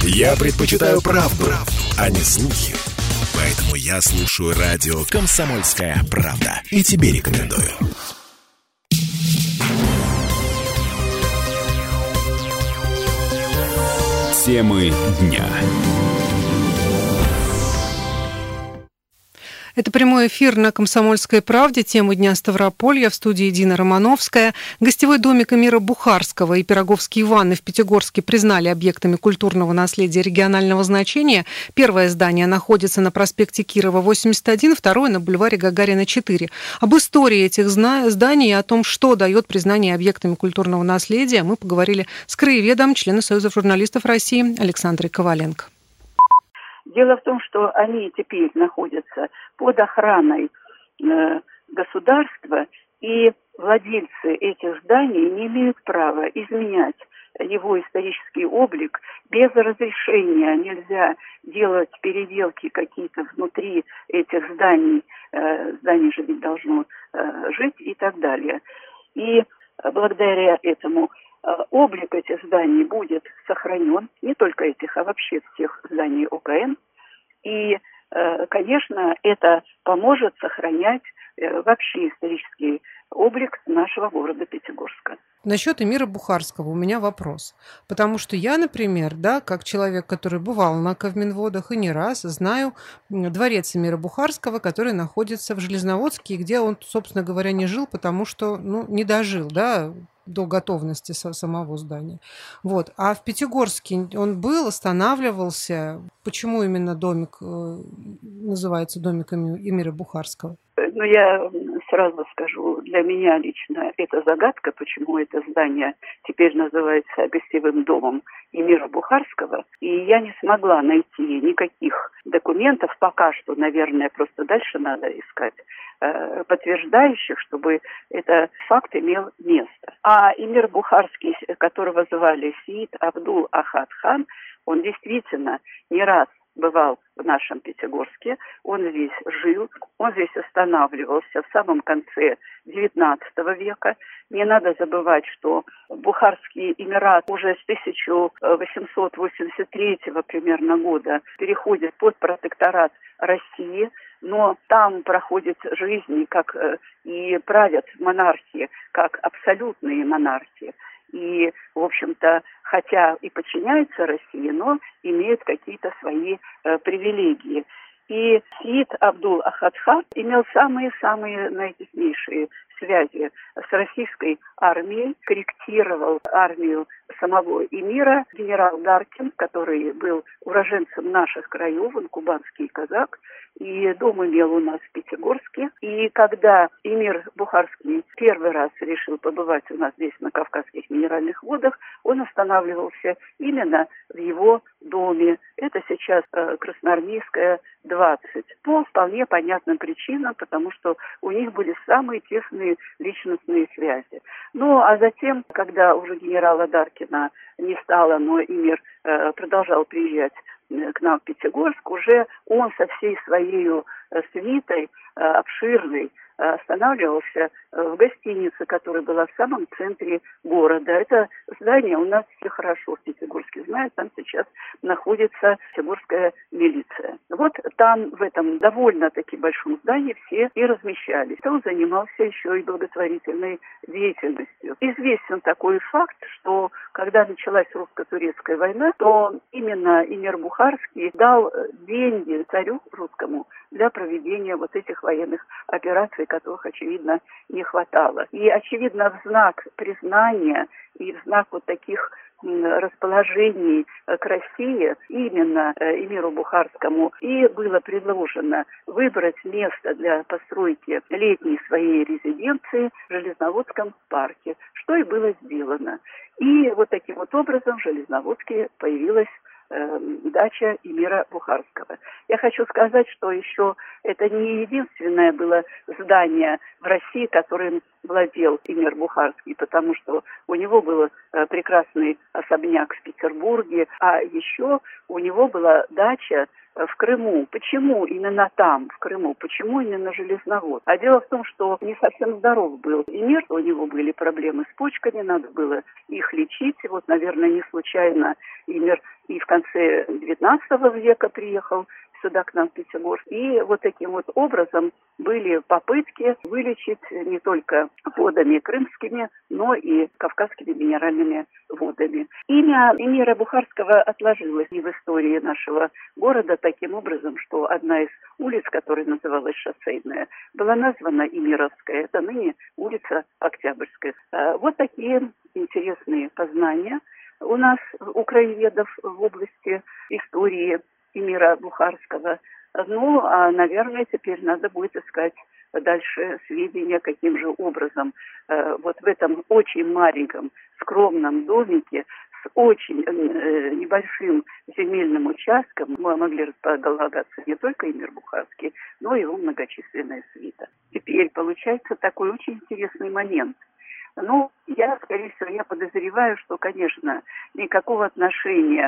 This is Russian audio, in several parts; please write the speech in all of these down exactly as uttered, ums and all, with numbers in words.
Я предпочитаю правду, а не слухи. Поэтому я слушаю радио «Комсомольская правда». И тебе рекомендую. Темы дня. Это прямой эфир на «Комсомольской правде». Тема дня Ставрополья. В студии Дина Романовская. Гостевой домик Эмира Бухарского и Пироговские ванны в Пятигорске признали объектами культурного наследия регионального значения. Первое здание находится на проспекте Кирова, восемьдесят один, второе на бульваре Гагарина, четыре. Об истории этих зданий и о том, что дает признание объектами культурного наследия, мы поговорили с краеведом, членом Союза журналистов России Александрой Коваленко. Дело в том, что они теперь находятся под охраной э, государства, и владельцы этих зданий не имеют права изменять его исторический облик без разрешения. Нельзя делать переделки какие-то внутри этих зданий. Э, здание же ведь должно э, жить и так далее. И благодаря этому облик этих зданий будет сохранен, не только этих, а вообще всех зданий ОКН. И, конечно, это поможет сохранять вообще исторический облик нашего города Пятигорска. Насчет Эмира Бухарского у меня вопрос. Потому что я, например, да, как человек, который бывал на Ковминводах и не раз, знаю дворец Эмира Бухарского, который находится в Железноводске, где он, собственно говоря, не жил, потому что, ну, не дожил, да, до готовности самого здания. Вот. А в Пятигорске он был, останавливался. Почему именно домик называется домиком Эмира Бухарского? Ну, я сразу скажу, для меня лично это загадка, почему это здание теперь называется гостевым домом Эмира Бухарского. И я не смогла найти никаких документов, пока что, наверное, просто дальше надо искать, подтверждающих, чтобы этот факт имел место. А Эмир Бухарский, которого звали Сеид Абдул Ахад хан, он действительно не раз бывал в нашем Пятигорске, он здесь жил, он здесь останавливался в самом конце девятнадцатого века. Не надо забывать, что Бухарский эмират уже с тысяча восемьсот восемьдесят третьего примерно года переходит под протекторат России, но там проходит жизнь, как и правят монархии, как абсолютные монархии. И, в общем-то, хотя и подчиняется России, но имеет какие-то свои э, привилегии. И Сеид Абдул Ахад хан имел самые-самые наитеснейшие связи с российской армией, корректировал армию самого эмира. Генерал Даркин, который был уроженцем наших краев, он кубанский казак, и дом имел у нас в Пятигорске. И когда эмир Бухарский первый раз решил побывать у нас здесь, на Кавказских минеральных водах, он останавливался именно в его доме. Это сейчас э, Красноармейская, двадцать. По вполне понятным причинам, потому что у них были самые тесные личностные связи. Ну, а затем, когда уже генерала Даркина не стало, но эмир э, продолжал приезжать к нам в Пятигорск, уже он со всей своей э, свитой, э, обширной, останавливался в гостинице, которая была в самом центре города. Это здание у нас все хорошо в Пятигорске знают, там сейчас находится пятигорская милиция. Вот там, в этом довольно-таки большом здании, все и размещались. Он занимался еще и благотворительной деятельностью. Известен такой факт, что когда началась русско-турецкая война, то именно эмир Бухарский дал деньги царю русскому для проведения вот этих военных операций, которых, очевидно, не хватало. И, очевидно, в знак признания и в знак вот таких расположений к России, именно эмиру Бухарскому, и было предложено выбрать место для постройки летней своей резиденции в Железноводском парке, что и было сделано. И вот таким вот образом в Железноводске появилась дача эмира Бухарского. Я хочу сказать, что еще это не единственное было здание в России, которым владел эмир Бухарский, потому что у него был прекрасный особняк в Петербурге, а еще у него была дача в Крыму. Почему именно там, в Крыму? Почему именно Железноводск? А дело в том, что не совсем здоров был эмир, у него были проблемы с почками, надо было их лечить. И вот, наверное, не случайно эмир и в конце конце девятнадцатого века приехал сюда к нам в Пятигорск. И вот таким вот образом были попытки вылечить не только водами крымскими, но и кавказскими минеральными водами. Имя эмира Бухарского отложилось и в истории нашего города таким образом, что одна из улиц, которая называлась Шоссейная, была названа Эмировская. Это ныне улица Октябрьская. Вот такие интересные познания у нас, у краеведов, в области истории эмира Бухарского. Ну, а, наверное, теперь надо будет искать дальше сведения, каким же образом э, вот в этом очень маленьком, скромном домике с очень э, небольшим земельным участком мы могли располагаться не только эмир Бухарский, но и его многочисленная свита. Теперь получается такой очень интересный момент. Ну, я, скорее всего, я подозреваю, что, конечно, никакого отношения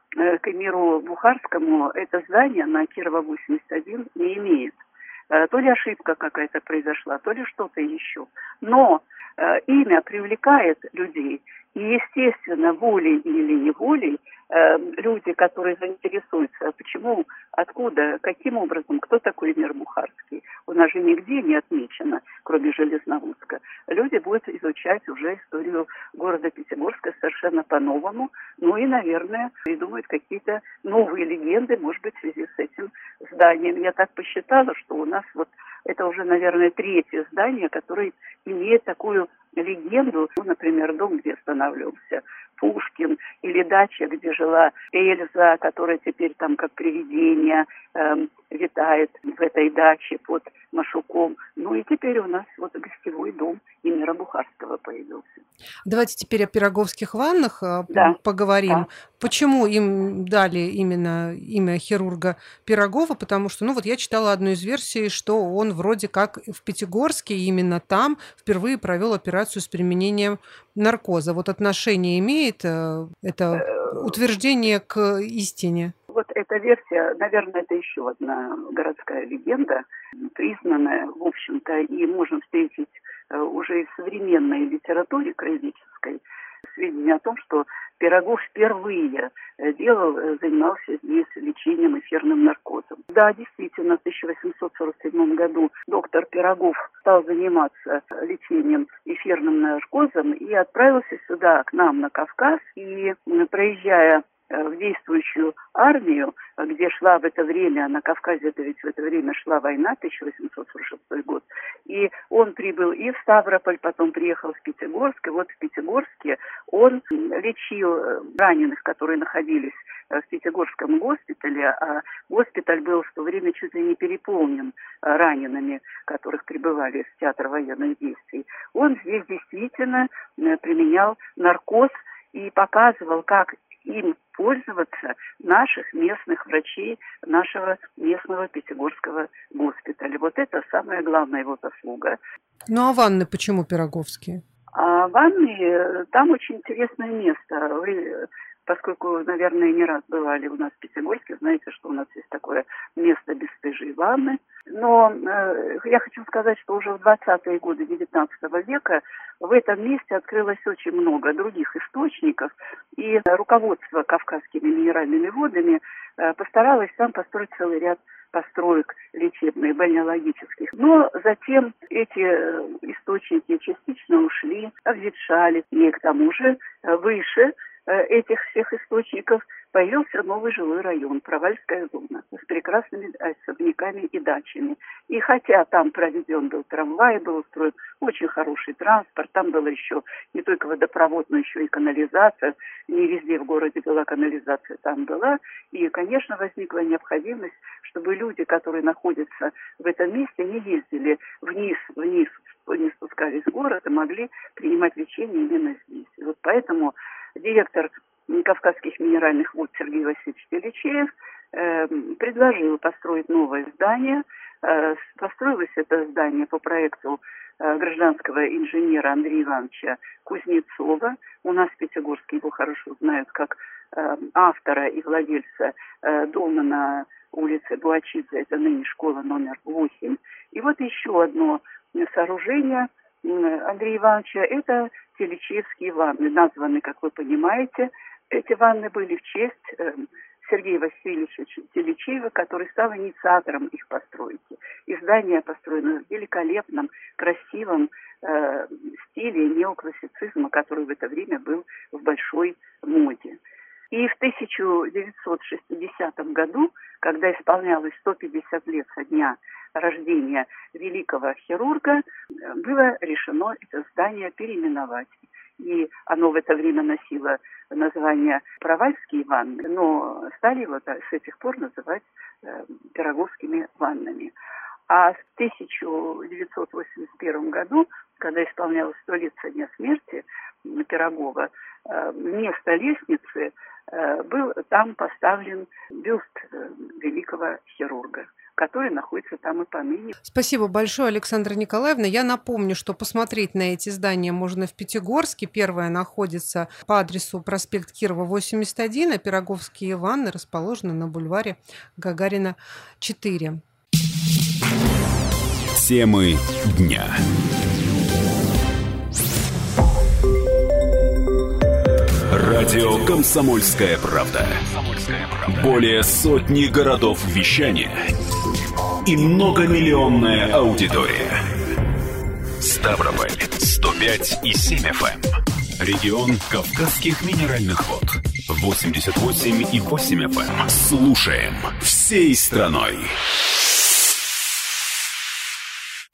к эмиру Бухарскому это здание на Кирова восемьдесят один не имеет. То ли ошибка какая-то произошла, то ли что-то еще. Но э, имя привлекает людей. И, естественно, волей или неволей э, люди, которые заинтересуются, почему, откуда, каким образом, кто такой эмир Бухарский, у нас же нигде не отмечено, кроме Железноводска. Люди будут изучать уже историю города Пятигорска совершенно по-новому, ну и, наверное, придумают какие-то новые легенды, может быть, в связи с этим зданием. Я так посчитала, что у нас вот это уже, наверное, третье здание, которое имеет такую легенду. Ну, например, дом, где останавливался Пушкин, или дача, где жила Эльза, которая теперь там как привидение э, витает в этой даче под Машуком. Ну и теперь у нас вот гостевой дом эмира Бухарского появился. Давайте теперь о пироговских ваннах Да. поговорим. Да. Почему им дали именно имя хирурга Пирогова? Потому что, ну вот я читала одну из версий, что он вроде как в Пятигорске, именно там впервые провел операцию с применением наркоза. Вот отношение имеет это утверждение к истине? Вот эта версия, наверное, это еще одна городская легенда, признанная, в общем-то, и можно встретить уже и в современной литературе краеведческой сведения о том, что Пирогов впервые делал, занимался здесь лечением эфирным наркозом. Да, действительно, в тысяча восемьсот сорок седьмом году доктор Пирогов стал заниматься лечением эфирным наркозом и отправился сюда, к нам на Кавказ, и проезжая в действующую армию, где шла в это время, на Кавказе это ведь в это время шла война, тысяча восемьсот сорок шестой год, и он прибыл и в Ставрополь, потом приехал в Пятигорск, и вот в Пятигорске он лечил раненых, которые находились в Пятигорском госпитале, а госпиталь был в то время чуть ли не переполнен ранеными, которых прибывали с театра военных действий. Он здесь действительно применял наркоз и показывал, как им пользоваться наших местных врачей, нашего местного Пятигорского госпиталя. Вот это самая главная его заслуга. Ну а ванны почему пироговские? А ванны, там очень интересное место. Вы, поскольку, наверное, не раз бывали у нас в Пятигорске, знаете, что у нас есть такое место бесстыжие ванны. Но э, я хочу сказать, что уже в двадцатые годы девятнадцатого века в этом месте открылось очень много других источников, и руководство Кавказскими минеральными водами э, постаралось там построить целый ряд построек лечебных, бальнеологических. Но затем эти источники частично ушли, обветшали, и к тому же выше этих всех источников появился новый жилой район, Провальская зона, с прекрасными особняками и дачами. И хотя там проведен был трамвай, был устроен очень хороший транспорт, там было еще не только водопровод, но еще и канализация. Не везде в городе была канализация, там была. И, конечно, возникла необходимость, чтобы люди, которые находятся в этом месте, не ездили вниз, вниз, не спускались в город, и могли принимать лечение именно здесь. И вот поэтому директор Кавказских минеральных вод Сергей Васильевич Телечеев э, предложил построить новое здание. Э, построилось это здание по проекту э, гражданского инженера Андрея Ивановича Кузнецова. У нас в Пятигорске его хорошо знают как э, автора и владельца э, дома на улице Буачидзе, это ныне школа номер восемь. И вот еще одно сооружение Андрея Ивановича, это Телечеевские ванны, названы, как вы понимаете. Эти ванны были в честь э, Сергея Васильевича Теличеева, который стал инициатором их постройки. И здание построено в великолепном, красивом э, стиле неоклассицизма, который в это время был в большой моде. И в тысяча девятьсот шестидесятом году, когда исполнялось сто пятьдесят лет со дня рождения великого хирурга, было решено это здание переименовать. И оно в это время носило название Провальские ванны, но стали его с этих пор называть э, Пироговскими ваннами. А в тысяча девятьсот восемьдесят первом году, когда исполнялось сто лет со дня смерти Пирогова, э, вместо лестницы э, был там поставлен бюст э, великого хирурга, который находится там и поныне. Спасибо большое, Александра Николаевна. Я напомню, что посмотреть на эти здания можно в Пятигорске. Первое находится по адресу проспект Кирова, восемьдесят один, а Пироговские ванны расположены на бульваре Гагарина, четыре. Темы дня. Радио «Комсомольская правда». Более сотни городов вещания и многомиллионная аудитория. Ставрополь сто пять и семь эф эм. Регион Кавказских минеральных вод восемьдесят восемь и восемь эф эм. Слушаем всей страной.